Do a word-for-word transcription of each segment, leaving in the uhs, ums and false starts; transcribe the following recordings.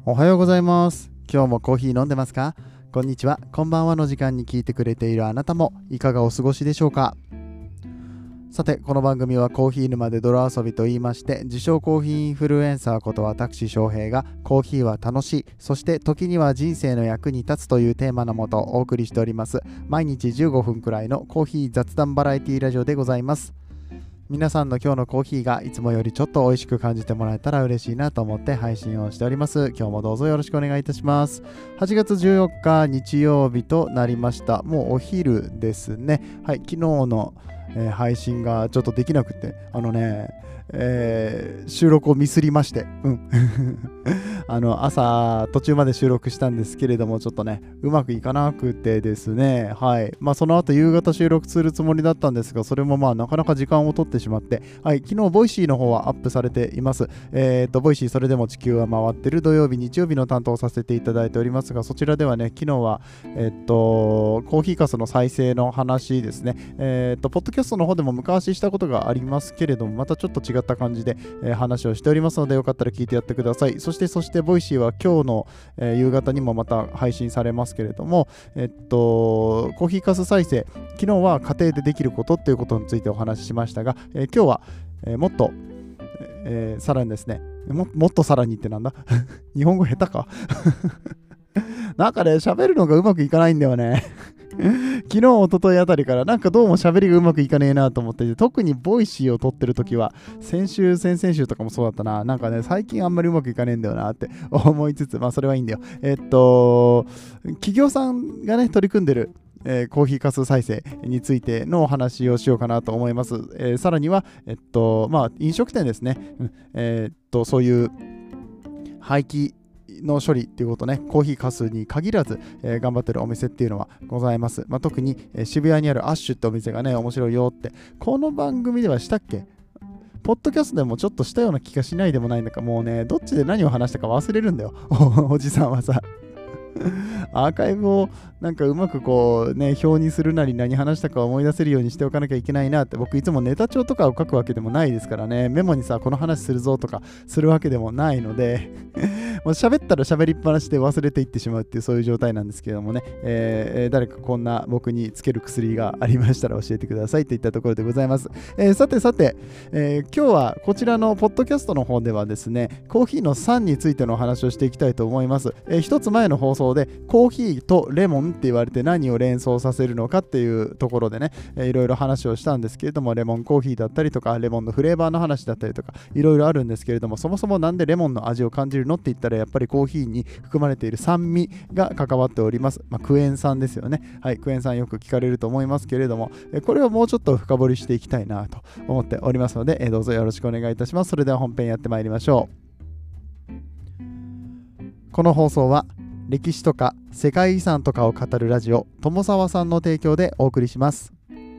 おはようございます。今日もコーヒー飲んでますか？こんにちは、こんばんはの時間に聞いてくれているあなたもいかがお過ごしでしょうか？さて、この番組はコーヒー沼で泥遊びと言いまして、自称コーヒーインフルエンサーこと私翔平がコーヒーは楽しい、そして時には人生の役に立つというテーマのもとお送りしております。毎日じゅうごふんくらいのコーヒー雑談バラエティラジオでございます。皆さんの今日のコーヒーがいつもよりちょっと美味しく感じてもらえたら嬉しいなと思って配信をしております。今日もどうぞよろしくお願いいたします。はちがつじゅうよっか日曜日となりました。もうお昼ですね。はい、昨日の、えー配信がちょっとできなくて、あのね、えー収録をミスりまして、うんあの朝途中まで収録したんですけれども、ちょっとねうまくいかなくてですね、はい、まあその後夕方収録するつもりだったんですが、それもまあなかなか時間を取ってしまって、はい、昨日ボイシーの方はアップされています。えっとボイシーそれでも地球は回ってる土曜日日曜日の担当をさせていただいておりますが、そちらではね、昨日はえっとコーヒーかすの再生の話ですね。えっとポッドキャストの方でも昔したことがありますけれども、またちょっと違った感じで、えー話をしておりますので、よかったら聞いてやってください。そしてそしてボイシーは今日の、えー夕方にもまた配信されますけれども、えっとコーヒーかす再生、昨日は家庭でできることっていうことについてお話ししましたが、えー今日は、えーもっと、えーさらにですね、ももっとさらにってなんだ日本語下手かなんかね、喋るのがうまくいかないんだよね昨日、一昨日あたりからなんかどうも喋りがうまくいかねえなと思ってて、特にボイシーを撮ってる時は、先週、先々週とかもそうだったな、なんかね、最近あんまりうまくいかねえんだよなって思いつつ、まあそれはいいんだよ。えっと、企業さんがね、取り組んでる、えーコーヒーかす再生についてのお話をしようかなと思います。えーさらには、えっと、まあ飲食店ですね。うんえーっと、そういう廃棄の処理っていうことね、コーヒーかすに限らず、えー頑張ってるお店っていうのはございます。まあ、特に、えー渋谷にあるアッシュってお店がね、面白いよって、この番組ではしたっけ？ポッドキャストでもちょっとしたような気がしないでもないんだか、もうね、どっちで何を話したか忘れるんだよ、おじさんはさ。アーカイブをなんかうまくこうね、表にするなり何話したか思い出せるようにしておかなきゃいけないなって、僕いつもネタ帳とかを書くわけでもないですからね、メモにさ、この話するぞとかするわけでもないのでもう喋ったら喋りっぱなしで忘れていってしまうっていう、そういう状態なんですけどもね、えー誰かこんな僕につける薬がありましたら教えてくださいといったところでございます。えーさてさて、えー今日はこちらのポッドキャストの方ではですね、コーヒーの酸についてのお話をしていきたいと思います。えー一つ前の放送でコーヒーとレモンって言われて何を連想させるのかっていうところでね、えーいろいろ話をしたんですけれども、レモンコーヒーだったりとか、レモンのフレーバーの話だったりとか、いろいろあるんですけれども、そもそもなんでレモンの味を感じるのって言ったら、やっぱりコーヒーに含まれている酸味が関わっております。まあ、クエン酸ですよね。はい、クエン酸よく聞かれると思いますけれども、えこれをもうちょっと深掘りしていきたいなと思っておりますので、えどうぞよろしくお願いいたします。それでは本編やってまいりましょう。この放送は歴史とか世界遺産とかを語るラジオ友沢さんの提供でお送りします。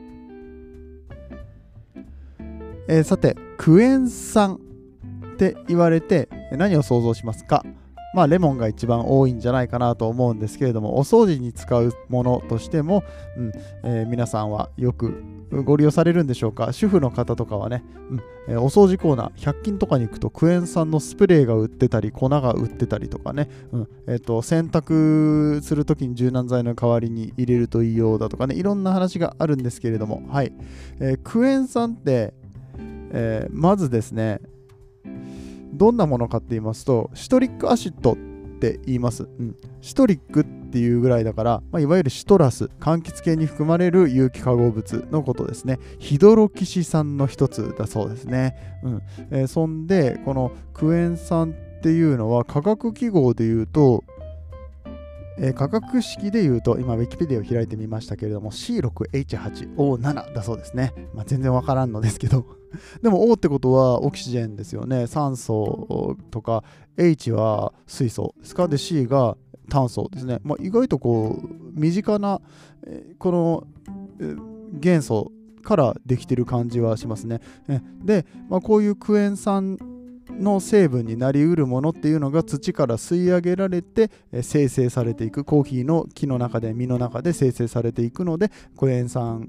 えーさて、クエン酸って言われて何を想像しますか？まあレモンが一番多いんじゃないかなと思うんですけれども、お掃除に使うものとしても、うんえー皆さんはよくご利用されるんでしょうか？主婦の方とかはね、うんえーお掃除コーナーひゃく均とかに行くとクエン酸のスプレーが売ってたり粉が売ってたりとかね、うんえーと洗濯するときに柔軟剤の代わりに入れるといいようだとかね、いろんな話があるんですけれども、はいえークエン酸って、えーまずですね、どんなものかって言いますと、シトリックアシッドって言います。うん、シトリックっていうぐらいだから、まあ、いわゆるシトラス、柑橘系に含まれる有機化合物のことですね。ヒドロキシ酸の一つだそうですね。うんえーそんで、このクエン酸っていうのは化学記号で言うと、えー化学式で言うと、今、ウィキペディアを開いてみましたけれども、シーろくエイチはちオーセブン だそうですね。まあ、全然わからんのですけど。でも O ってことはオキシジェンですよね。酸素とか H は水素ですか。で C が炭素ですね。まあ、意外とこう身近なえーこのえー元素からできてる感じはしますね。えで、まあ、こういうクエン酸の成分になりうるものっていうのが土から吸い上げられてえー生成されていく。コーヒーの木の中で実の中で生成されていくので、クエン酸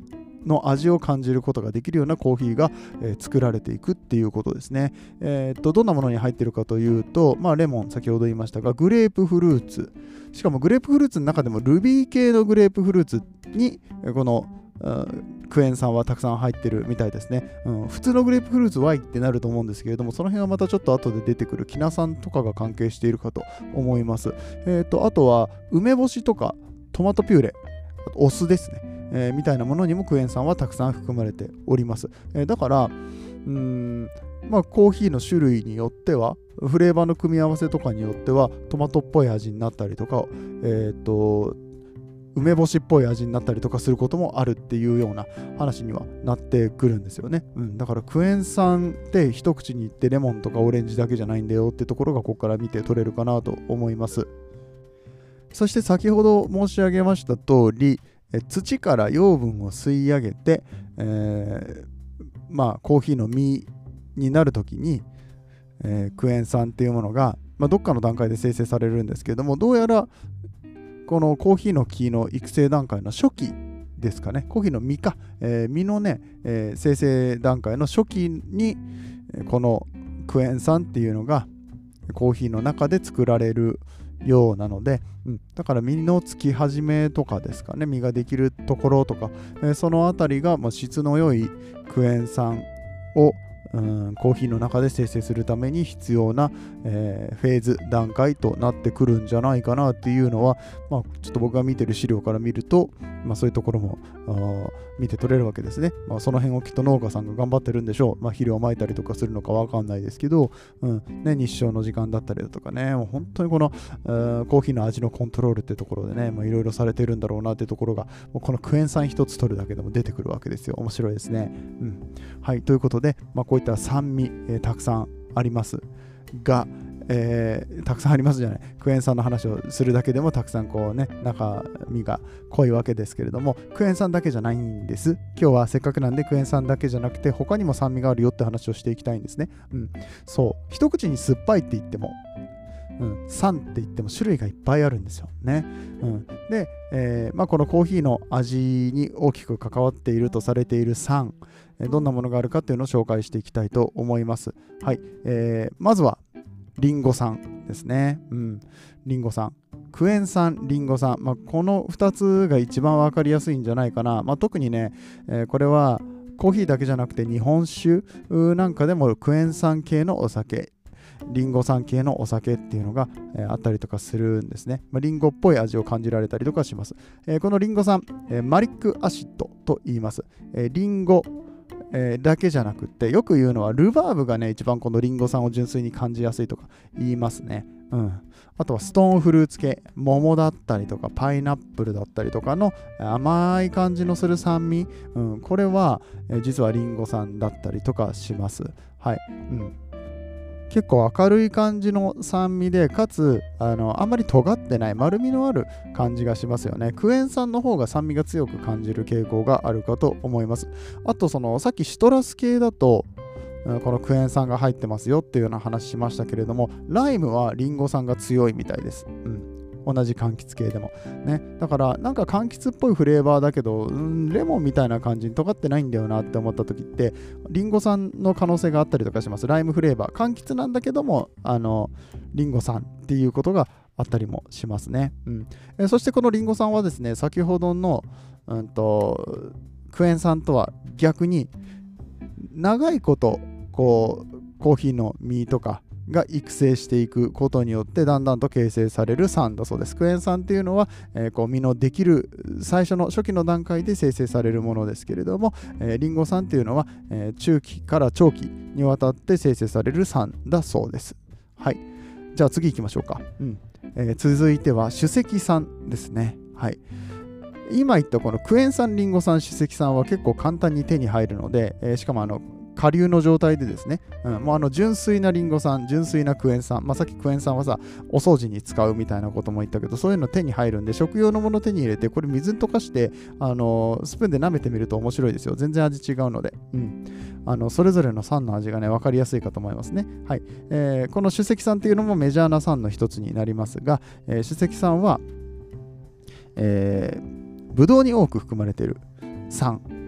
の味を感じることができるようなコーヒーが、えー作られていくっていうことですね。えーっとどんなものに入っているかというと、まあ、レモン先ほど言いましたが、グレープフルーツ、しかもグレープフルーツの中でもルビー系のグレープフルーツにこのクエン酸はたくさん入ってるみたいですね、うん、普通のグレープフルーツ Y ってなると思うんですけれども、その辺はまたちょっと後で出てくるキナ酸とかが関係しているかと思います。えーとあとは梅干しとかトマトピューレ、あとお酢ですね、えーみたいなものにもクエン酸はたくさん含まれております。えーだからうーんまあ、コーヒーの種類によっては、フレーバーの組み合わせとかによってはトマトっぽい味になったりとか、えーと梅干しっぽい味になったりとかすることもあるっていうような話にはなってくるんですよね。うん、だからクエン酸って一口に言ってレモンとかオレンジだけじゃないんだよってところがここから見て取れるかなと思います。そして先ほど申し上げました通り、え土から養分を吸い上げて、えーまあ、コーヒーの実になるときに、えークエン酸っていうものが、まあ、どっかの段階で生成されるんですけれども、どうやらこのコーヒーの木の育成段階の初期ですかね、コーヒーの実か、えー実のね、えー生成段階の初期にこのクエン酸っていうのがコーヒーの中で作られるようなので、うん、だから実のつき始めとかですかね、実ができるところとか、えーそのあたりが、まあ、質の良いクエン酸をうんコーヒーの中で生成するために必要な、えーフェーズ段階となってくるんじゃないかなっていうのは、まあ、ちょっと僕が見てる資料から見ると、まあ、そういうところもあ見て取れるわけですね。まあ、その辺をきっと農家さんが頑張ってるんでしょう。まあ、肥料をまいたりとかするのかわかんないですけど、うんね、日照の時間だったりだとかね、もう本当にこのあコーヒーの味のコントロールってところでね、いろいろされてるんだろうなってところが、もうこのクエン酸一つ取るだけでも出てくるわけですよ。面白いですね。うん、はい、ということで、まあ、こういった酸味、えーたくさんありますが、えーたくさんありますじゃない、クエン酸の話をするだけでもたくさんこうね、中身が濃いわけですけれども、クエン酸だけじゃないんです。今日はせっかくなんでクエン酸だけじゃなくて他にも酸味があるよって話をしていきたいんですね。うん、そう一口に酸っぱいって言っても、うん、酸って言っても種類がいっぱいあるんですよね。うん、で、えーまあ、このコーヒーの味に大きく関わっているとされている酸、えーどんなものがあるかっていうのを紹介していきたいと思います。はい、えーまずはリンゴ酸ですね。うん、リンゴ酸。クエン酸、リンゴ酸。まあ、このふたつが一番わかりやすいんじゃないかな。まあ、特にね、えーこれはコーヒーだけじゃなくて日本酒なんかでもクエン酸系のお酒、リンゴ酸系のお酒っていうのが、えーあったりとかするんですね。まあ、リンゴっぽい味を感じられたりとかします。えーこのリンゴ酸、えーマリックアシッドと言います。えーリンゴえーだけじゃなくってよく言うのはルバーブがね一番このリンゴ酸を純粋に感じやすいとか言いますね。うん、あとはストーンフルーツ系、桃だったりとかパイナップルだったりとかの甘い感じのする酸味、うん、これは、えー実はリンゴ酸だったりとかします。はい、うん、結構明るい感じの酸味で、かつあのあんまり尖ってない丸みのある感じがしますよね。クエン酸の方が酸味が強く感じる傾向があるかと思います。あとそのさっきシトラス系だとうんこのクエン酸が入ってますよっていうような話しましたけれども、ライムはリンゴ酸が強いみたいです。うん同じ柑橘系でもね。だからなんか柑橘っぽいフレーバーだけど、うん、レモンみたいな感じに尖ってないんだよなって思った時って、リンゴ酸の可能性があったりとかします。ライムフレーバー、柑橘なんだけどもあのリンゴ酸っていうことがあったりもしますね。うんえそしてこのリンゴ酸はですね、先ほどの、うん、とクエン酸とは逆に長いことこうコーヒーの実とかが育成していくことによってだんだんと形成される酸だそうです。クエン酸っていうのは、えー、こう実のできる最初の初期の段階で生成されるものですけれども、えー、リンゴ酸っていうのは、えー、中期から長期にわたって生成される酸だそうです。はい、じゃあ次行きましょうか。うんえー、続いては酒石酸ですね。はい、今言ったこのクエン酸、リンゴ酸、酒石酸は結構簡単に手に入るので、えー、しかもあの顆粒の状態でですね、うん、もうあの純粋なリンゴ酸、純粋なクエン酸、まあ、さっきクエン酸はさ、お掃除に使うみたいなことも言ったけど、そういうの手に入るんで、食用のもの手に入れて、これ水に溶かして、あのースプーンで舐めてみると面白いですよ。全然味違うので、うん、あのそれぞれの酸の味がね、分かりやすいかと思いますね。はい、えー、この酒石酸っていうのもメジャーな酸の一つになりますが、えー、酒石酸は、えー、ブドウに多く含まれている酸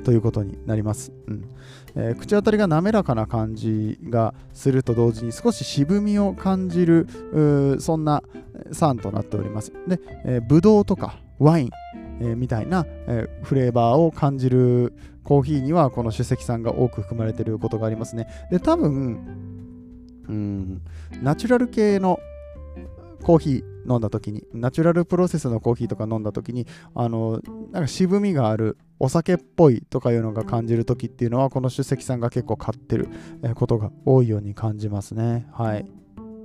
ということになります。うんえー、口当たりが滑らかな感じがすると同時に少し渋みを感じるそんな酸となっております。で、えー、ブドウとかワイン、えー、みたいな、えー、フレーバーを感じるコーヒーにはこの酒石酸が多く含まれていることがありますね。で、多分うんナチュラル系のコーヒー飲んだ時に、ナチュラルプロセスのコーヒーとか飲んだ時に、あのなんか渋みがあるお酒っぽいとかいうのが感じる時っていうのは、この酒石酸が結構買ってることが多いように感じますね。はい。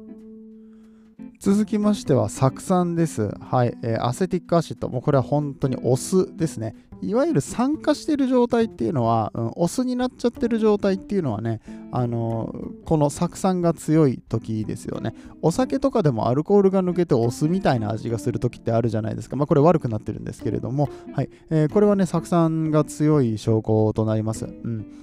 続きましては酢酸です。はい、えー、アセティックアシッド。もうこれは本当にお酢ですね。いわゆる酸化している状態っていうのは、うん、お酢になっちゃってる状態っていうのはね、あのー、この酢酸が強い時ですよね。お酒とかでもアルコールが抜けてお酢みたいな味がする時ってあるじゃないですか。まあこれ悪くなってるんですけれども、はい、えー、これはね、酢酸が強い証拠となります。うん、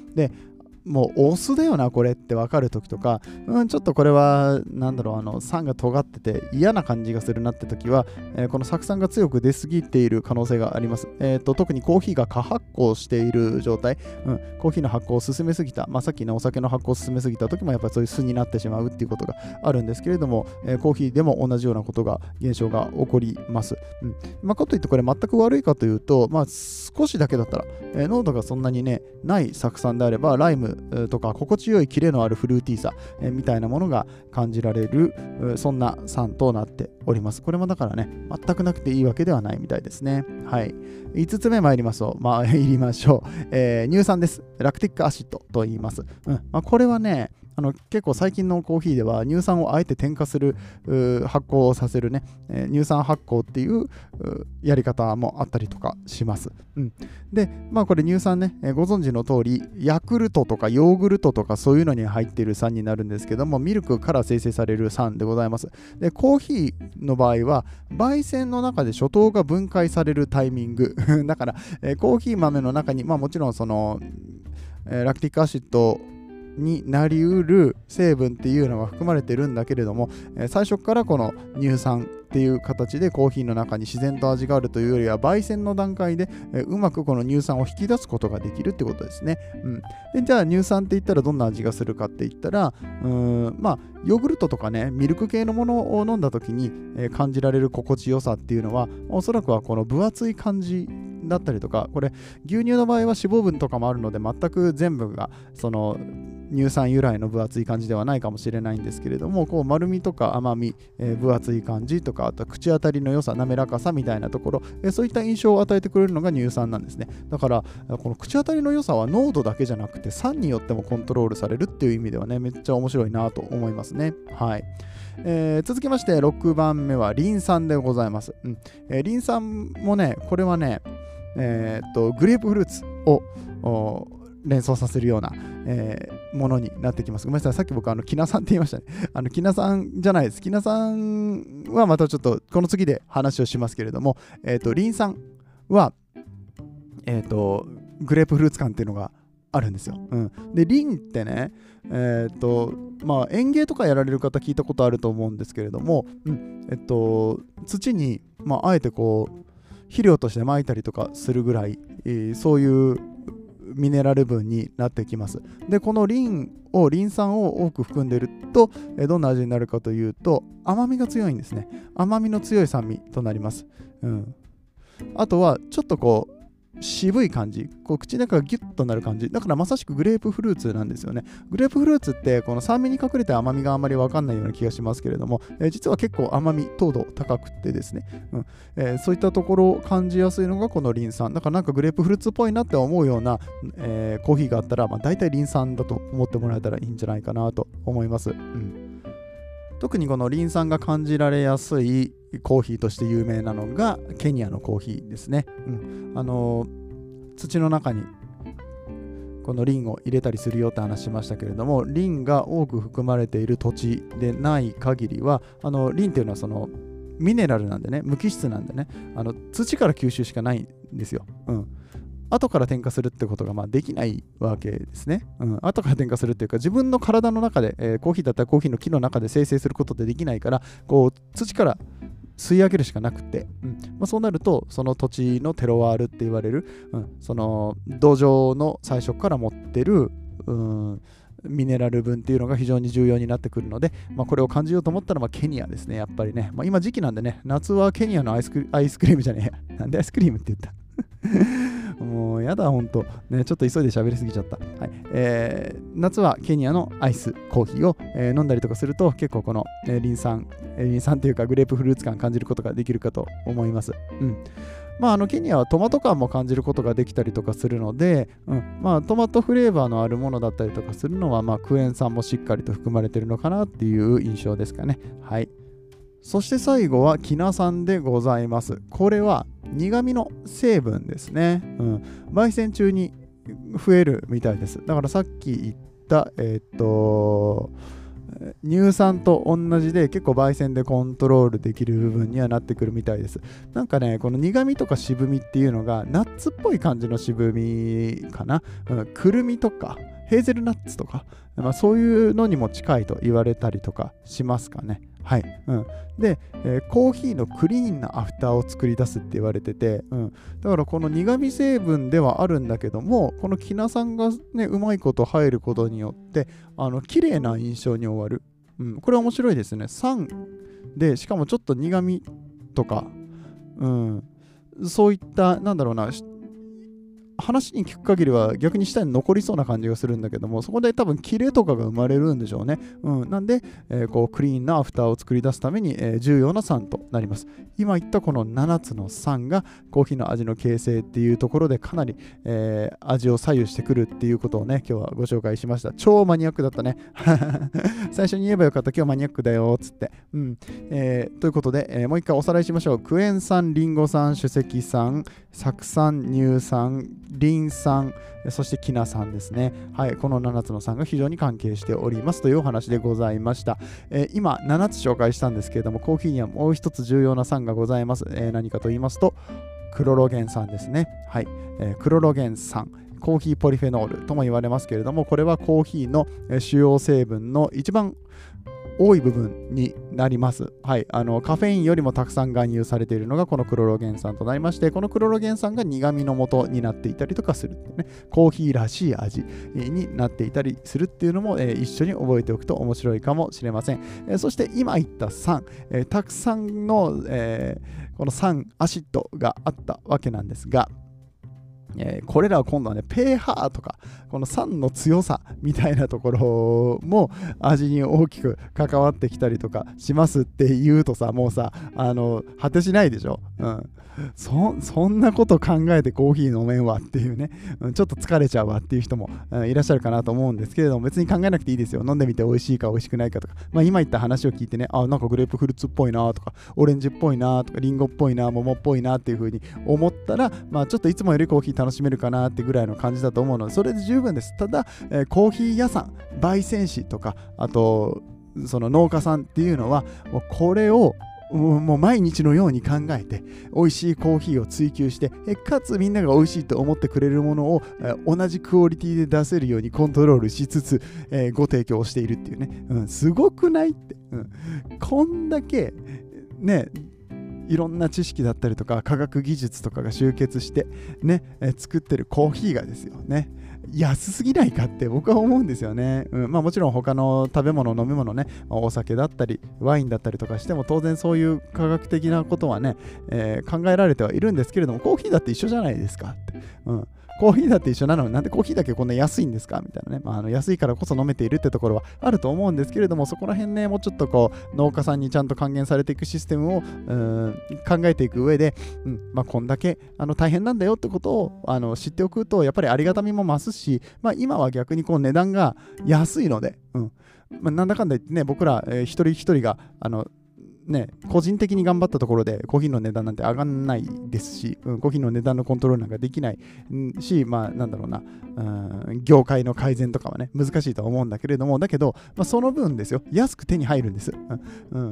で、もうお酢だよなこれって分かるときとか、うん、ちょっとこれはなんだろう、あの酸が尖ってて嫌な感じがするなってときは、えー、この酢酸が強く出過ぎている可能性があります。えーと、特にコーヒーが過発酵している状態、うん、コーヒーの発酵を進めすぎた、まあ、さっきのお酒の発酵を進めすぎたときもやっぱりそういう酢になってしまうっていうことがあるんですけれども、えー、コーヒーでも同じようなことが現象が起こります。うん、まあ、かといってこれ全く悪いかというと、まあ、少しだけだったら、えー、濃度がそんなにねない酢酸であればライムとか心地よいキレのあるフルーティーさ、えー、みたいなものが感じられる、そんな酸となっております。これもだからね、全くなくていいわけではないみたいですね。はい。いつつめ参りますと、まあ、いりましょう、えー。乳酸です。ラクティックアシッドと言います。うんまあ、これはね、あの結構最近のコーヒーでは乳酸をあえて添加する発酵をさせるね、えー、乳酸発酵っていうやり方もあったりとかします。うん、で、まあこれ乳酸ね、えー、ご存知の通りヤクルトとかヨーグルトとかそういうのに入っている酸になるんですけども、ミルクから生成される酸でございます。で、コーヒーの場合は焙煎の中で初糖が分解されるタイミングだから、えー、コーヒー豆の中に、まあもちろんその、えー、ラクティックアシッドになりうる成分っていうのが含まれてるんだけれども、えー、最初からこの乳酸っていう形でコーヒーの中に自然と味があるというよりは焙煎の段階で、えー、うまくこの乳酸を引き出すことができるってことですね。うん、でじゃあ乳酸って言ったらどんな味がするかって言ったら、うーんまあヨーグルトとかねミルク系のものを飲んだ時に、えー、感じられる心地よさっていうのはおそらくはこの分厚い感じだったりとか、これ牛乳の場合は脂肪分とかもあるので全く全部がその乳酸由来の分厚い感じではないかもしれないんですけれども、こう丸みとか甘み、えー、分厚い感じとか、あと口当たりの良さ、滑らかさみたいなところ、えー、そういった印象を与えてくれるのが乳酸なんですね。だからこの口当たりの良さは濃度だけじゃなくて酸によってもコントロールされるっていう意味ではね、めっちゃ面白いなと思いますね。はい。えー、続きましてろくばんめはリン酸でございます。うんえー、リン酸もね、これはね、えー、っとグレープフルーツを連想させるような、えー、ものになってきます。ごめんなさい、さっき僕あのキナ酸って言いましたね。あのキナ酸じゃないです。キナ酸はまたちょっとこの次で話をしますけれども、えー、とリン酸は、えー、とグレープフルーツ感っていうのがあるんですよ。うん、でリンってね、えー、とまあ園芸とかやられる方聞いたことあると思うんですけれども、うんえっと、土に、まあ、あえてこう肥料として撒いたりとかするぐらい、えー、そういうミネラル分になってきます。で、このリンを、リン酸を多く含んでいると、えどんな味になるかというと、甘みが強いんですね。甘みの強い酸味となります。うん、あとは、ちょっとこう、渋い感じ、こう口の中がギュッとなる感じ。だからまさしくグレープフルーツなんですよね。グレープフルーツってこの酸味に隠れて甘みがあまり分かんないような気がしますけれども、えー、実は結構甘み、糖度高くてですね、うんえー、そういったところを感じやすいのがこのリン酸。だからなんかグレープフルーツっぽいなって思うような、えー、コーヒーがあったら、まあ、大体リン酸だと思ってもらえたらいいんじゃないかなと思います。うん特にこのリン酸が感じられやすいコーヒーとして有名なのがケニアのコーヒーですね。うん、あのー、土の中にこのリンを入れたりするよって話しましたけれども、リンが多く含まれている土地でない限りは、あのリンっていうのはそのミネラルなんでね、無機質なんでね、あの土から吸収しかないんですよ。うん後から添加するってことがまあできないわけですね。うん、後から添加するっていうか、自分の体の中で、えー、コーヒーだったらコーヒーの木の中で生成することってできないから、こう土から吸い上げるしかなくて、うんまあ、そうなるとその土地のテロワールって言われる、うん、その土壌の最初から持ってる、うん、ミネラル分っていうのが非常に重要になってくるので、まあ、これを感じようと思ったらまあケニアですね、やっぱりね、まあ、今時期なんでね、夏はケニアのアイスクリアイスクリームじゃねえやなんでアイスクリームって言ったもうやだほんと、ね、ちょっと急いで喋りすぎちゃった、はいえー、夏はケニアのアイスコーヒーを、えー、飲んだりとかすると結構この、えー、リン酸、えー、リン酸というかグレープフルーツ感感じることができるかと思います。うんまあ、あのケニアはトマト感も感じることができたりとかするので、うんまあ、トマトフレーバーのあるものだったりとかするのは、まあ、クエン酸もしっかりと含まれているのかなっていう印象ですかね。はい。そして最後はキナ酸でございます。これは苦味の成分ですね。うん、焙煎中に増えるみたいです。だからさっき言った、えー、っと乳酸と同じで結構焙煎でコントロールできる部分にはなってくるみたいです。なんかね、この苦味とか渋みっていうのがナッツっぽい感じの渋みかな。うん、くるみとかヘーゼルナッツとか、まあ、そういうのにも近いと言われたりとかしますかね。はい、うん、で、えー、コーヒーのクリーンなアフターを作り出すって言われてて、うん、だからこの苦味成分ではあるんだけども、このキナ酸がねうまいこと入ることによってあの綺麗な印象に終わる、うん、これは面白いですね。酸でしかもちょっと苦味とか、うん、そういったなんだろうな話に聞く限りは逆に下に残りそうな感じがするんだけども、そこで多分キレとかが生まれるんでしょうね。うん、なんで、えー、こうクリーンなアフターを作り出すために、えー、重要な酸となります。今言ったこのななつの酸がコーヒーの味の形成っていうところでかなり、えー、味を左右してくるっていうことをね今日はご紹介しました。超マニアックだったね最初に言えばよかった、今日マニアックだよっつって、うんえー、ということで、えー、もう一回おさらいしましょう。クエン酸、リンゴ酸、酒石酸、酢酸、乳酸、リン酸、そしてキナ酸ですね。はい、このななつの酸が非常に関係しておりますというお話でございました。えー、今ななつ紹介したんですけれども、コーヒーにはもう一つ重要な酸がございます。えー、何かと言いますとクロロゲン酸ですね。はい、えー、クロロゲン酸、コーヒーポリフェノールとも言われますけれども、これはコーヒーの主要成分の一番多い部分になります。はい、あのカフェインよりもたくさん含有されているのがこのクロロゲン酸となりまして、このクロロゲン酸が苦味の元になっていたりとかするっていうね、コーヒーらしい味になっていたりするっていうのも、えー、一緒に覚えておくと面白いかもしれません。えー、そして今言った酸、えー、たくさんの、えー、この酸アシッドがあったわけなんですが、えー、これらは今度はね pH とかこの酸の強さみたいなところも味に大きく関わってきたりとかしますって言うとさ、もうさあの果てしないでしょ、うん、そ, そんなこと考えてコーヒー飲めんわっていうね、うん、ちょっと疲れちゃうわっていう人も、うん、いらっしゃるかなと思うんですけれども、別に考えなくていいですよ。飲んでみて美味しいか美味しくないかとか、まあ、今言った話を聞いてね、あなんかグレープフルーツっぽいなとかオレンジっぽいなとかリンゴっぽいな桃っぽいなっていう風に思ったら、まあちょっといつもよりコーヒー楽しめるかなってぐらいの感じだと思うので、それで十分です。ただ、えー、コーヒー屋さん、焙煎士とか、あとその農家さんっていうのはもうこれをもう毎日のように考えて美味しいコーヒーを追求して、えかつみんなが美味しいと思ってくれるものをえ同じクオリティで出せるようにコントロールしつつ、えー、ご提供しているっていうね、うん、すごくないって、うん、こんだけねいろんな知識だったりとか科学技術とかが集結してね、えー、作ってるコーヒーがですよね、安すぎないかって僕は思うんですよね。うん、まあもちろん他の食べ物飲み物ね、お酒だったりワインだったりとかしても当然そういう科学的なことはね、えー、考えられてはいるんですけれども、コーヒーだって一緒じゃないですかって、うん、コーヒーだって一緒なのになんでコーヒーだけこんな安いんですかみたいなね、まあ、あの安いからこそ飲めているってところはあると思うんですけれども、そこら辺ねもうちょっとこう農家さんにちゃんと還元されていくシステムをうん考えていく上で、うんまあ、こんだけあの大変なんだよってことをあの知っておくとやっぱりありがたみも増すし、まあ、今は逆にこう値段が安いので、うんまあ、なんだかんだ言ってね僕ら、えー、一人一人があのね、個人的に頑張ったところでコーヒーの値段なんて上がんないですし、うん、コーヒーの値段のコントロールなんかできないし、まあなんだろうな、うん、業界の改善とかはね難しいとは思うんだけれども、だけど、まあ、その分ですよ、安く手に入るんです、うんうん、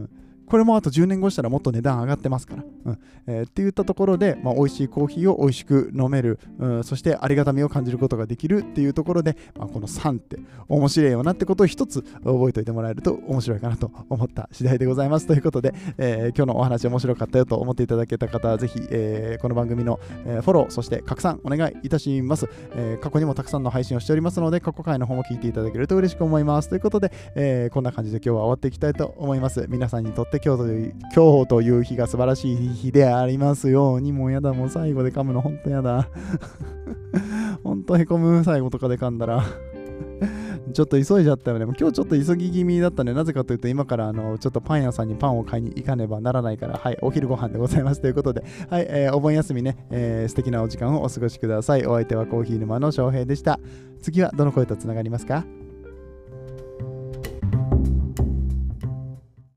これもあとじゅうねんごしたらもっと値段上がってますから、うんえー、っていったところで、まあ、美味しいコーヒーを美味しく飲める、うん、そしてありがたみを感じることができるっていうところで、まあ、このさんって面白いよなってことを一つ覚えておいてもらえると面白いかなと思った次第でございます。ということで、えー、今日のお話面白かったよと思っていただけた方はぜひ、えー、この番組の、えー、フォローそして拡散お願いいたします、えー。過去にもたくさんの配信をしておりますので過去回の方も聞いていただけると嬉しく思います。ということで、えー、こんな感じで今日は終わっていきたいと思います。皆さんにとって今日という今日という日が素晴らしい日でありますように。もうやだ、もう最後で噛むのほんとやだほんとへこむ、最後とかで噛んだらちょっと急いじゃったよね。もう今日ちょっと急ぎ気味だったね。なぜかというと今からあのちょっとパン屋さんにパンを買いに行かねばならないから、はい、お昼ご飯でございますということで、はい、えー、お盆休みね、えー、素敵なお時間をお過ごしください。お相手はコーヒー沼の翔平でした。次はどの声とつながりますか？